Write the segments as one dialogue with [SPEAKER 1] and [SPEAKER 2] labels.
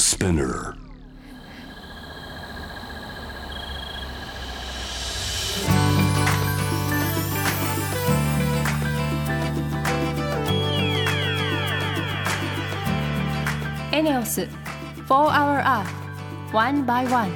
[SPEAKER 1] Spinner.
[SPEAKER 2] ENEOS 4-Hour Earth One by One。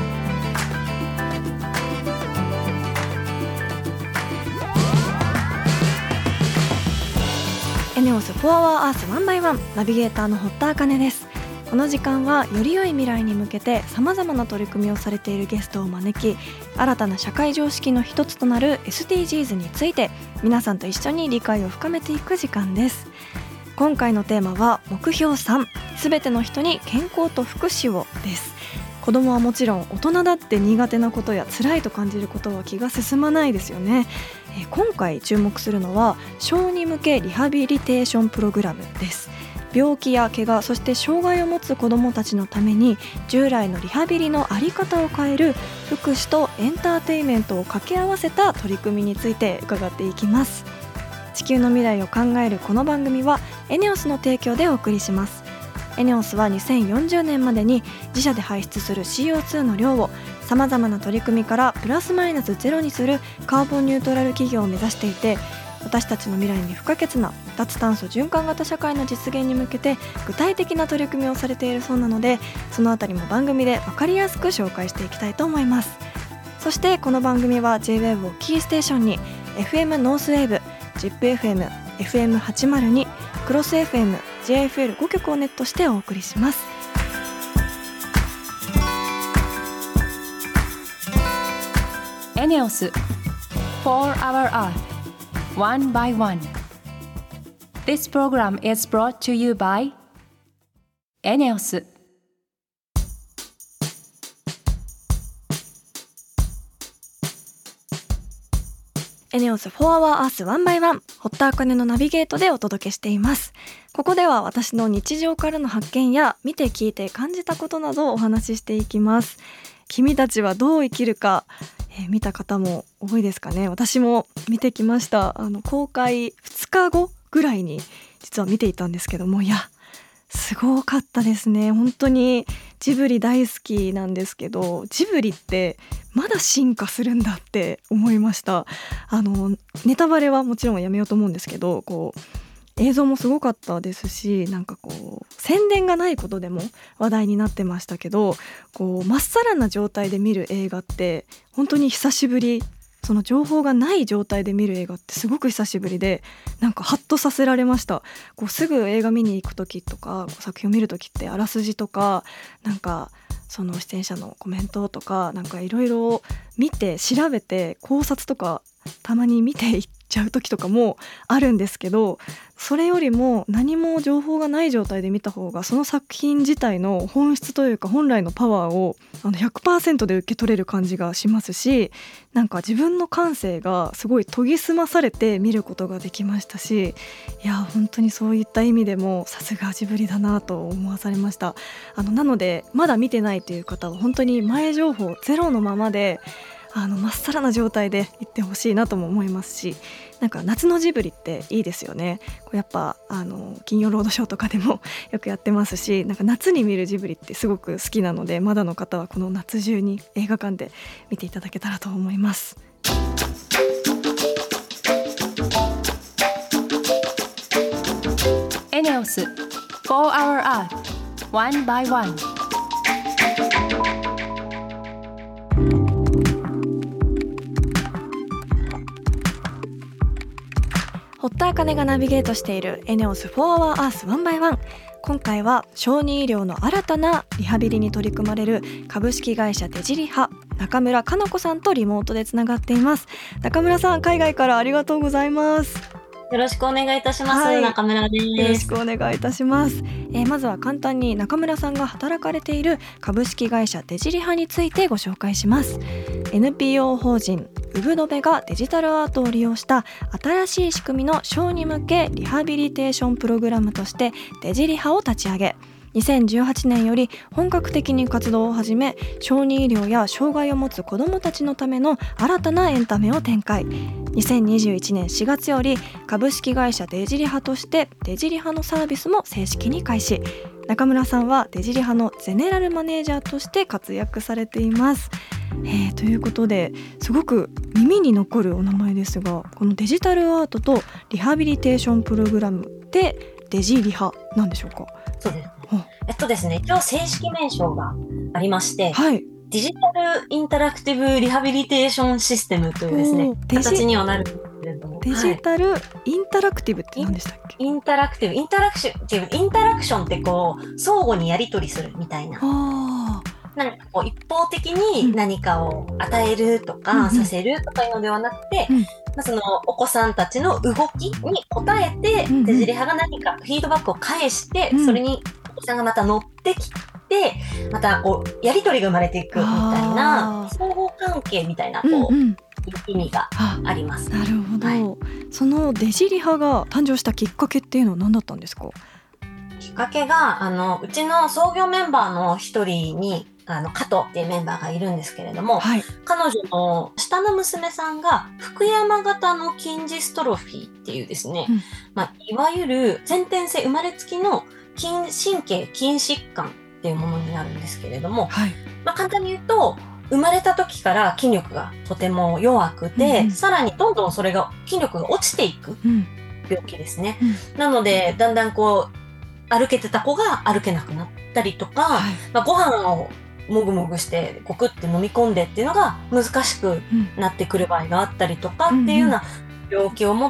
[SPEAKER 3] ENEOS 4-Hour Earth One by One、ナビゲーターの堀田茜です。この時間はより良い未来に向けてさまざまな取り組みをされているゲストを招き、新たな社会常識の一つとなる SDGs について皆さんと一緒に理解を深めていく時間です。今回のテーマは目標3、すべての人に健康と福祉をです。子供はもちろん大人だって苦手なことや辛いと感じることは気が進まないですよね。今回注目するのは小児向けリハビリテーションプログラムです。病気や怪我、そして障害を持つ子どもたちのために従来のリハビリの在り方を変える福祉とエンターテインメントを掛け合わせた取り組みについて伺っていきます。地球の未来を考えるこの番組はENEOSの提供でお送りします。ENEOS は2040年までに自社で排出する CO2 の量をさまざまな取り組みからプラスマイナスゼロにするカーボンニュートラル企業を目指していて、私たちの未来に不可欠な脱炭素循環型社会の実現に向けて具体的な取り組みをされているそうなので、そのあたりも番組で分かりやすく紹介していきたいと思います。そしてこの番組は J-WAVE をキーステーションに FM ノースウェーブ、ZIPFM、FM802、クロス FM、JFL5 曲をネットしてお送りします。
[SPEAKER 2] ENEOS 4-Hour Earth One by One。 This program is brought to you by ENEOS。
[SPEAKER 3] ENEOS 4-Hour Earth One by One、堀田茜のナビゲートでお届けしています。ここでは私の日常からの発見や見て聞いて感じたことなどをお話ししていきます。君たちはどう生きるか、見た方も多いですかね。私も見てきました。公開2日後ぐらいに実は見ていたんですけども、いやすごかったですね。本当にジブリ大好きなんですけど、ジブリってまだ進化するんだって思いました。ネタバレはもちろんやめようと思うんですけど、映像もすごかったですし、宣伝がないことでも話題になってましたけど、まっさらな状態で見る映画って本当に久しぶり。その情報がない状態で見る映画ってすごく久しぶりで、ハッとさせられました。すぐ映画見に行く時とか作品を見る時ってあらすじとかその出演者のコメントとかいろいろ見て調べて考察とかたまに見ていっちゃう時とかもあるんですけど、それよりも何も情報がない状態で見た方がその作品自体の本質というか本来のパワーを100% で受け取れる感じがしますし、自分の感性がすごい研ぎ澄まされて見ることができましたし、いや本当にそういった意味でもさすがジブリだなと思わされました。なのでまだ見てないという方は本当に前情報ゼロのままでまっさらな状態で行ってほしいなとも思いますし、夏のジブリっていいですよね。やっぱ金曜ロードショーとかでもよくやってますし、夏に見るジブリってすごく好きなので、まだの方はこの夏中に映画館で見ていただけたらと思います。
[SPEAKER 2] ENEOS 4-Hour Earth One by One。
[SPEAKER 3] 堀田茜がナビゲートしている ENEOS 4-Hour Earth One by One。今回は小児医療の新たなリハビリに取り組まれる株式会社デジリハ、中村かな子さんとリモートでつながっています。中村さん、海外からありがとうございます。
[SPEAKER 4] よろしくお願いいたします。中村です。
[SPEAKER 3] よろしくお願いいたします。まずは簡単に中村さんが働かれている株式会社デジリハについてご紹介します。 NPO 法人ウブドベがデジタルアートを利用した新しい仕組みの小児向けリハビリテーションプログラムとしてデジリハを立ち上げ、 2018年より本格的に活動を始め、小児医療や障害を持つ子どもたちのための新たなエンタメを展開。2021年4月より株式会社デジリハとしてデジリハのサービスも正式に開始。中村さんはデジリハのゼネラルマネージャーとして活躍されています。ということですごく耳に残るお名前ですが、このデジタルアートとリハビリテーションプログラムでデジリハなんでしょうか？
[SPEAKER 4] そうですね。ですね、今日正式名称がありまして、
[SPEAKER 3] はい、
[SPEAKER 4] デジタルインタラクティブリハビリテーションシステムというですね、形にはなるんですけれども。
[SPEAKER 3] デジタルインタラクティブって何でしたっけ？
[SPEAKER 4] インタラクションってこう、相互にやり取りするみたいな。なんかこう一方的に何かを与えるとか、させるとかいうのではなくて、そのお子さんたちの動きに応えて、デジリハが何かフィードバックを返して、それにお子さんがまた乗ってきて、またこうやり取りが生まれていくみたいな相互関係みたいなこう、意味があります。
[SPEAKER 3] なるほど、そのデジリハが誕生したきっかけっていうのは何だったんですか？
[SPEAKER 4] きっかけがうちの創業メンバーの一人に加藤っていうメンバーがいるんですけれども、彼女の下の娘さんが福山型の筋ジストロフィーっていうですね、いわゆる先天性生まれつきの神経筋疾患っていうものになるんですけれども、簡単に言うと生まれた時から筋力がとても弱くて、さらにどんどんそれが筋力が落ちていく病気ですね。なのでだんだんこう歩けてた子が歩けなくなったりとか、ご飯をもぐもぐしてゴクって飲み込んでっていうのが難しくなってくる場合があったりとかっていうような病気を持って、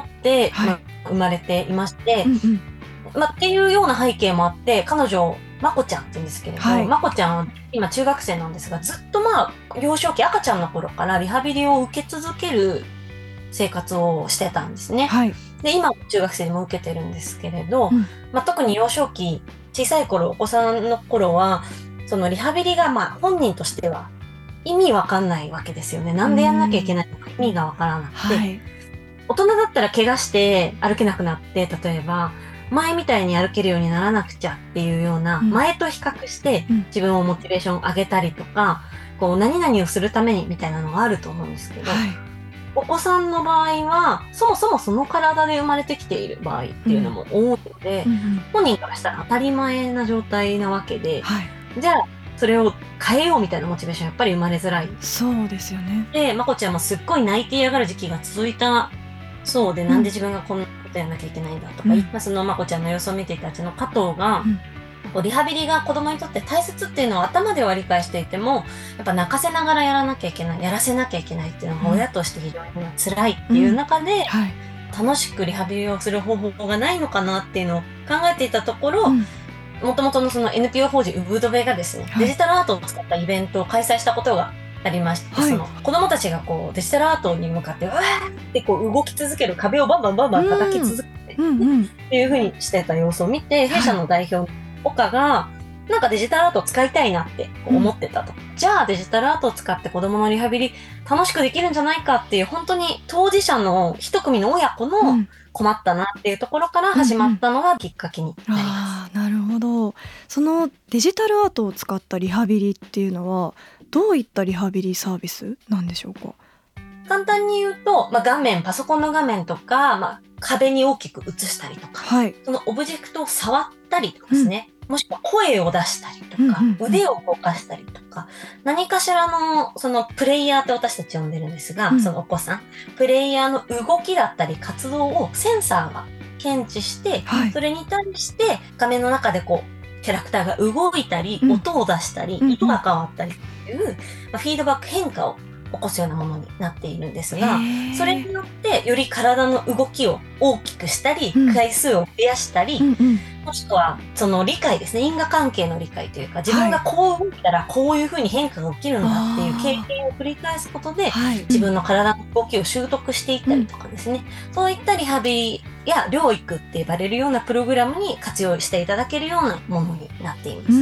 [SPEAKER 4] 生まれていまして、っていうような背景もあって、彼女まこちゃんって言うんですけれども、まこちゃんは今中学生なんですが、ずっと幼少期赤ちゃんの頃からリハビリを受け続ける生活をしてたんですね。で今中学生でも受けてるんですけれど、特に幼少期小さい頃、お子さんの頃はそのリハビリが本人としては意味わかんないわけですよね。なんでやんなきゃいけないのか意味がわからなくて、大人だったら怪我して歩けなくなって、例えば前みたいに歩けるようにならなくちゃっていうような、前と比較して自分をモチベーション上げたりとか、こう何々をするためにみたいなのがあると思うんですけど、お子さんの場合はそもそもその体で生まれてきている場合っていうのも多いので、本人からしたら当たり前な状態なわけで、じゃあそれを変えようみたいなモチベーションやっぱり生まれづらい。
[SPEAKER 3] そうですよね。
[SPEAKER 4] で、まこちゃんもすっごい泣いて嫌がる時期が続いたそうで、なんで自分がこんなことやんなきゃいけないんだとか、そのまこちゃんの様子を見ていたうちの加藤が、リハビリが子供にとって大切っていうのを頭では理解していても、やっぱ泣かせながらやらなきゃいけない、やらせなきゃいけないっていうのが親として非常に辛いっていう中で、楽しくリハビリをする方法がないのかなっていうのを考えていたところ、もともとのその NPO 法人ウブドベがですね、デジタルアートを使ったイベントを開催したことがありまして、その子供たちがこうデジタルアートに向かってうわーってこう動き続ける、壁をバンバン叩き続けてっていう風にしてた様子を見て、弊社の代表の岡がなんかデジタルアートを使いたいなって思ってたと。じゃあデジタルアートを使って子供のリハビリ楽しくできるんじゃないかっていう、本当に当事者の一組の親子の困ったなっていうところから始まったのがきっかけになります。
[SPEAKER 3] なるほど。そのデジタルアートを使ったリハビリっていうのはどういったリハビリサービスなんでしょうか？
[SPEAKER 4] 簡単に言うと、パソコンの画面とか、壁に大きく映したりとか、そのオブジェクトを触ったりとかですね、もしくは声を出したりとか、腕を動かしたりとか、何かしらのそのプレイヤーって私たち呼んでるんですが、そのお子さん、プレイヤーの動きだったり活動をセンサーが検知して、それに対して画面の中でこうキャラクターが動いたり、音を出したり、色が変わったりっていう、フィードバック変化を起こすようなものになっているんですが、それによってより体の動きを大きくしたり、回数を増やしたり、もしくはその理解ですね、因果関係の理解というか、自分がこう動いたらこういうふうに変化が起きるんだっていう経験を繰り返すことで、自分の体の動きを習得していったりとかですね、そういったリハビリや療育って呼ばれるようなプログラムに活用していただけるようなものになっています。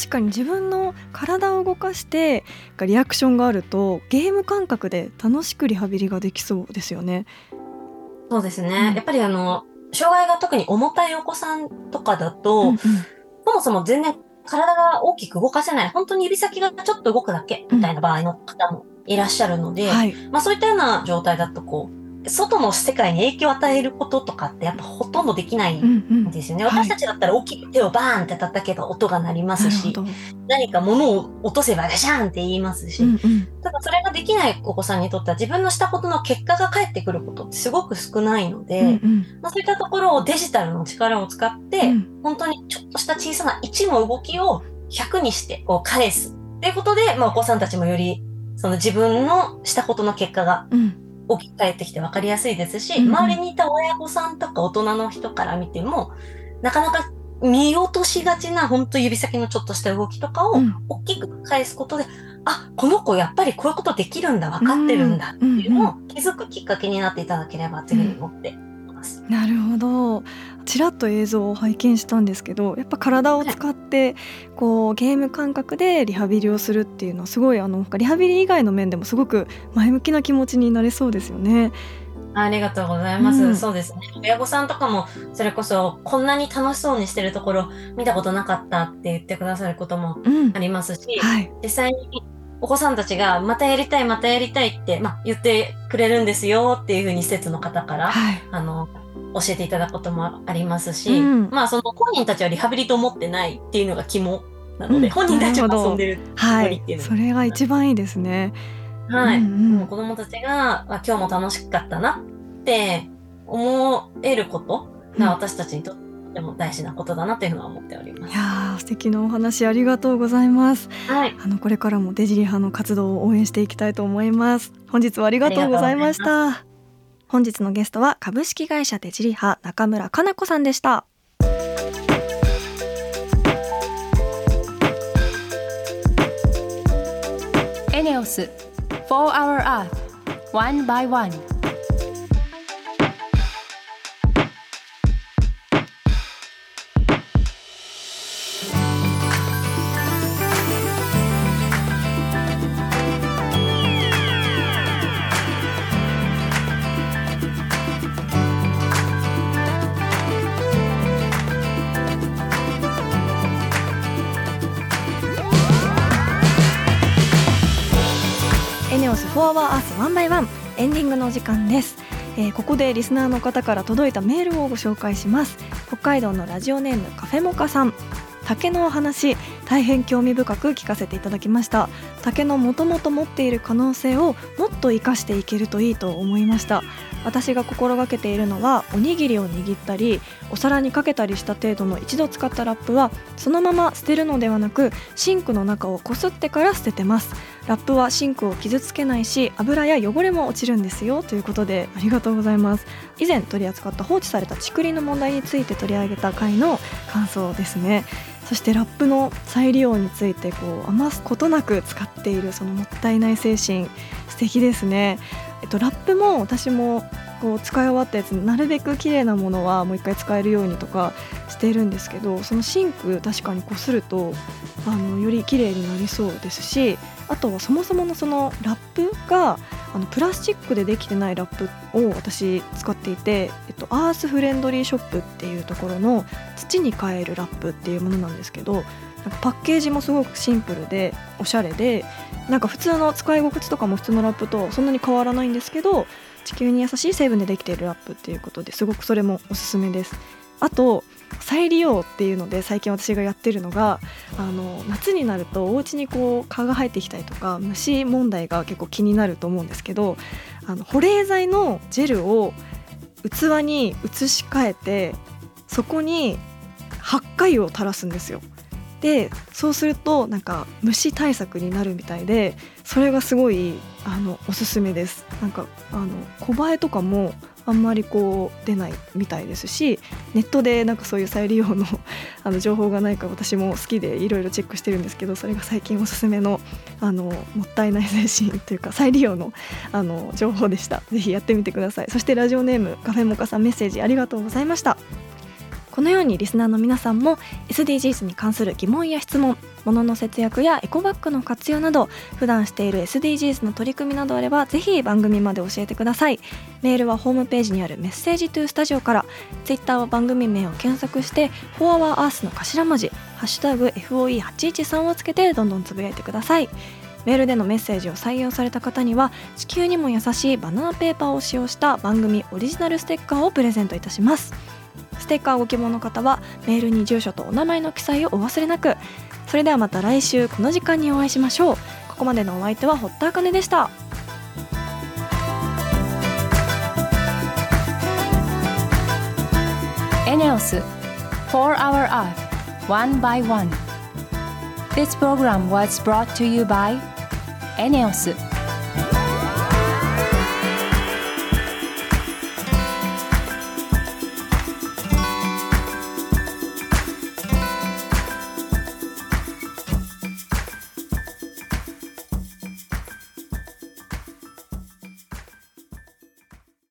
[SPEAKER 3] 確かに自分の体を動かしてリアクションがあるとゲーム感覚で楽しくリハビリができそうですよね。
[SPEAKER 4] そうですね、やっぱり障害が特に重たいお子さんとかだと、そもそも全然体が大きく動かせない、本当に指先がちょっと動くだけみたいな場合の方もいらっしゃるので、そういったような状態だと外の世界に影響を与えることとかってやっぱほとんどできないんですよね。私たちだったら大きく手をバーンって叩けば音が鳴りますし、何か物を落とせばガシャーンって言いますし、ただそれができないお子さんにとっては自分のしたことの結果が返ってくることってすごく少ないので、そういったところをデジタルの力を使って、本当にちょっとした小さな1の動きを100にして返すっていうことで、お子さんたちもよりその自分のしたことの結果が大きく返ってきて分かりやすいですし、周りにいた親御さんとか大人の人から見ても、なかなか見落としがちな本当指先のちょっとした動きとかを大きく返すことで、この子やっぱりこういうことできるんだ、分かってるんだっていうのを気づくきっかけになっていただければというふうに思っています。
[SPEAKER 3] なるほど。ちらっと映像を拝見したんですけど、やっぱ体を使ってゲーム感覚でリハビリをするっていうのはすごいリハビリ以外の面でもすごく前向きな気持ちになれそうですよね。
[SPEAKER 4] ありがとうございます。そうですね。親御さんとかもそれこそこんなに楽しそうにしてるところ見たことなかったって言ってくださることもありますし、実際にお子さんたちがまたやりたいまたやりたいって、言ってくれるんですよっていうふうに施設の方から、教えていただくこともありますし、その本人たちはリハビリと思ってないっていうのが肝なので、本人たちは遊んでるつもりっていうのが、
[SPEAKER 3] それが一番いいですね。
[SPEAKER 4] 子供たちが今日も楽しかったなって思えることが私たちにとっても大事なことだなというのは思っております。
[SPEAKER 3] いや素敵なお話ありがとうございます。これからもデジリハの活動を応援していきたいと思います。本日はありがとうございました。本日のゲストは株式会社デジリハ中村かな子さんでした。
[SPEAKER 2] エネオス For Our Earth One by One。
[SPEAKER 3] 4 Hour Earth One by Oneエンディングのお時間です。ここでリスナーの方から届いたメールをご紹介します。北海道のラジオネームカフェモカさん。竹のお話大変興味深く聞かせていただきました。竹のもともと持っている可能性をもっと生かしていけるといいと思いました。私が心がけているのは、おにぎりを握ったりお皿にかけたりした程度の一度使ったラップはそのまま捨てるのではなく、シンクの中をこすってから捨ててます。ラップはシンクを傷つけないし、油や汚れも落ちるんですよ、ということでありがとうございます。以前取り扱った放置された竹林の問題について取り上げた回の感想ですね。そしてラップの再利用について余すことなく使っているそのもったいない精神、素敵ですね。ラップも私も使い終わったやつ、なるべく綺麗なものはもう一回使えるようにとかしているんですけど、そのシンク確かにこするとより綺麗になりそうですし、あとはそもそものそのラップがプラスチックでできてないラップを私使っていて、アースフレンドリーショップっていうところの土に変えるラップっていうものなんですけど、なんかパッケージもすごくシンプルでおしゃれで、なんか普通の使い心地とかも普通のラップとそんなに変わらないんですけど、地球に優しい成分でできているラップっていうことで、すごくそれもおすすめです。あと再利用っていうので最近私がやってるのが、夏になるとお家に蚊が生えてきたりとか虫問題が結構気になると思うんですけど、保冷剤のジェルを器に移し替えて、そこに8回を垂らすんですよ。でそうするとなんか虫対策になるみたいで、それがすごいおすすめです。なんか小バエとかもあんまり出ないみたいですし、ネットでなんかそういう再利用の情報がないか私も好きでいろいろチェックしてるんですけど、それが最近おすすめのもったいない精神というか再利用の情報でした。ぜひやってみてください。そしてラジオネームカフェモカさん、メッセージありがとうございました。このようにリスナーの皆さんも SDGs に関する疑問や質問、 物の節約やエコバッグの活用など普段している SDGs の取り組みなどあればぜひ番組まで教えてください。メールはホームページにあるメッセージトゥースタジオから、ツイッターは番組名を検索して4 Hour Earth の頭文字ハッシュタグ FOE813 をつけてどんどんつぶやいてください。メールでのメッセージを採用された方には地球にも優しいバナナペーパーを使用した番組オリジナルステッカーをプレゼントいたします。ステッカーをご希望の方はメールに住所とお名前の記載をお忘れなく。それではまた来週この時間にお会いしましょう。ここまでのお相手は堀田茜でした。
[SPEAKER 2] エネオス For Our Earth One by One. This program was brought to you by エネオス。